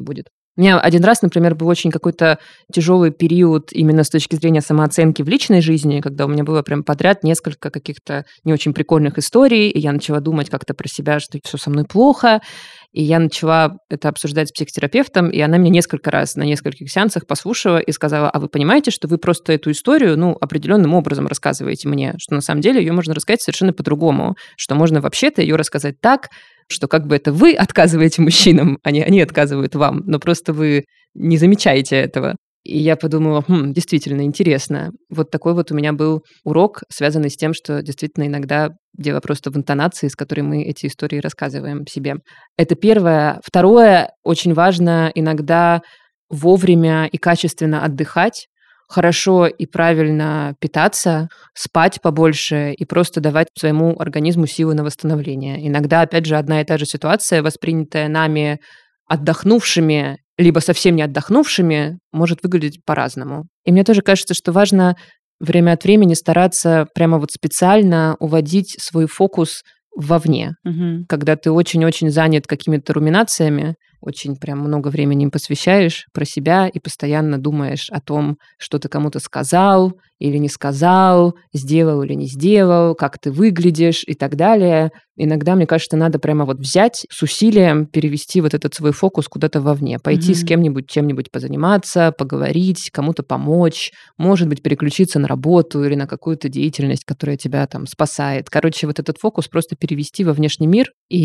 A: У меня один раз, например, был очень какой-то тяжелый период именно с точки зрения самооценки в личной жизни, когда у меня было прям подряд несколько каких-то не очень прикольных историй, и я начала думать как-то про себя, что все со мной плохо, и я начала это обсуждать с психотерапевтом, и она мне несколько раз на нескольких сеансах послушала и сказала: а вы понимаете, что вы просто эту историю, определенным образом рассказываете мне, что на самом деле ее можно рассказать совершенно по-другому, что можно вообще-то ее рассказать так, что как бы это вы отказываете мужчинам, а не они отказывают вам, но просто вы не замечаете этого. И я подумала, действительно интересно. Вот такой вот у меня был урок, связанный с тем, что действительно иногда дело просто в интонации, с которой мы эти истории рассказываем себе. Это первое. Второе, очень важно иногда вовремя и качественно отдыхать, хорошо и правильно питаться, спать побольше и просто давать своему организму силы на восстановление. Иногда, опять же, одна и та же ситуация, воспринятая нами отдохнувшими, либо совсем не отдохнувшими, может выглядеть по-разному. И мне тоже кажется, что важно время от времени стараться прямо вот специально уводить свой фокус вовне. Когда ты очень-очень занят какими-то руминациями, очень прям много времени им посвящаешь про себя и постоянно думаешь о том, что ты кому-то сказал или не сказал, сделал или не сделал, как ты выглядишь и так далее. Иногда, мне кажется, надо прямо вот взять с усилием, перевести вот этот свой фокус куда-то вовне, пойти с кем-нибудь, чем-нибудь позаниматься, поговорить, кому-то помочь, может быть, переключиться на работу или на какую-то деятельность, которая тебя там спасает. Короче, вот этот фокус просто перевести во внешний мир,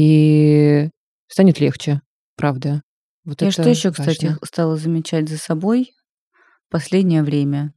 A: и станет легче. Правда. Вот
B: Я
A: это
B: что еще,
A: важно.
B: кстати, стала замечать за собой в последнее время?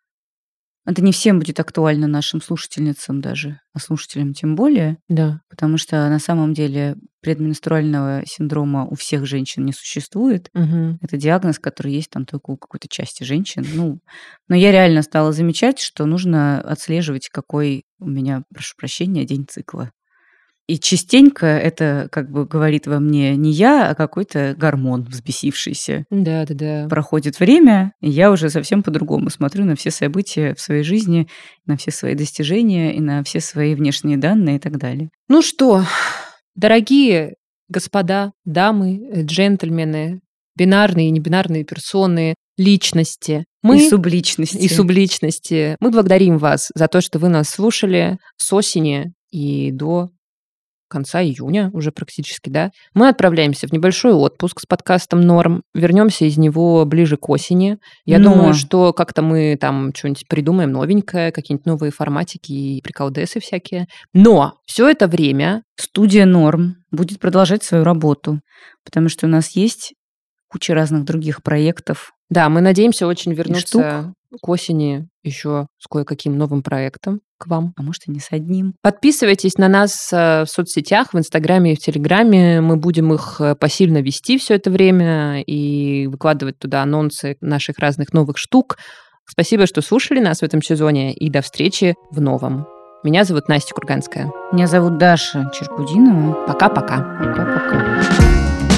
B: Это не всем будет актуально, нашим слушательницам даже, а слушателям тем более,
A: Да.
B: потому что на самом деле предменструального синдрома у всех женщин не существует. Это диагноз, который есть там только у какой-то части женщин. Но я реально стала замечать, что нужно отслеживать, какой у меня, прошу прощения, день цикла. И частенько это как бы говорит во мне не я, а какой-то гормон взбесившийся.
A: Да.
B: Проходит время, и я уже совсем по-другому смотрю на все события в своей жизни, на все свои достижения и на все свои внешние данные и так далее.
A: Ну что, дорогие господа, дамы, джентльмены, бинарные и небинарные персоны, личности.
B: И субличности.
A: Мы благодарим вас за то, что вы нас слушали с осени и до конца июня уже практически, да. Мы отправляемся в небольшой отпуск с подкастом «Норм». Вернемся из него ближе к осени. Я думаю, что как-то мы там что-нибудь придумаем новенькое, какие-нибудь новые форматики и приколдесы всякие. Но все это время
B: студия «Норм» будет продолжать свою работу, потому что у нас есть куча разных других проектов.
A: Да, мы надеемся очень вернуться к осени еще с кое-каким новым проектом к вам.
B: А может, и не с одним.
A: Подписывайтесь на нас в соцсетях, в Инстаграме и в Телеграме. Мы будем их посильно вести все это время и выкладывать туда анонсы наших разных новых штук. Спасибо, что слушали нас в этом сезоне, и до встречи в новом. Меня зовут Настя Курганская.
B: Меня зовут Даша Черкудинова.
A: Пока-пока.
B: Пока-пока.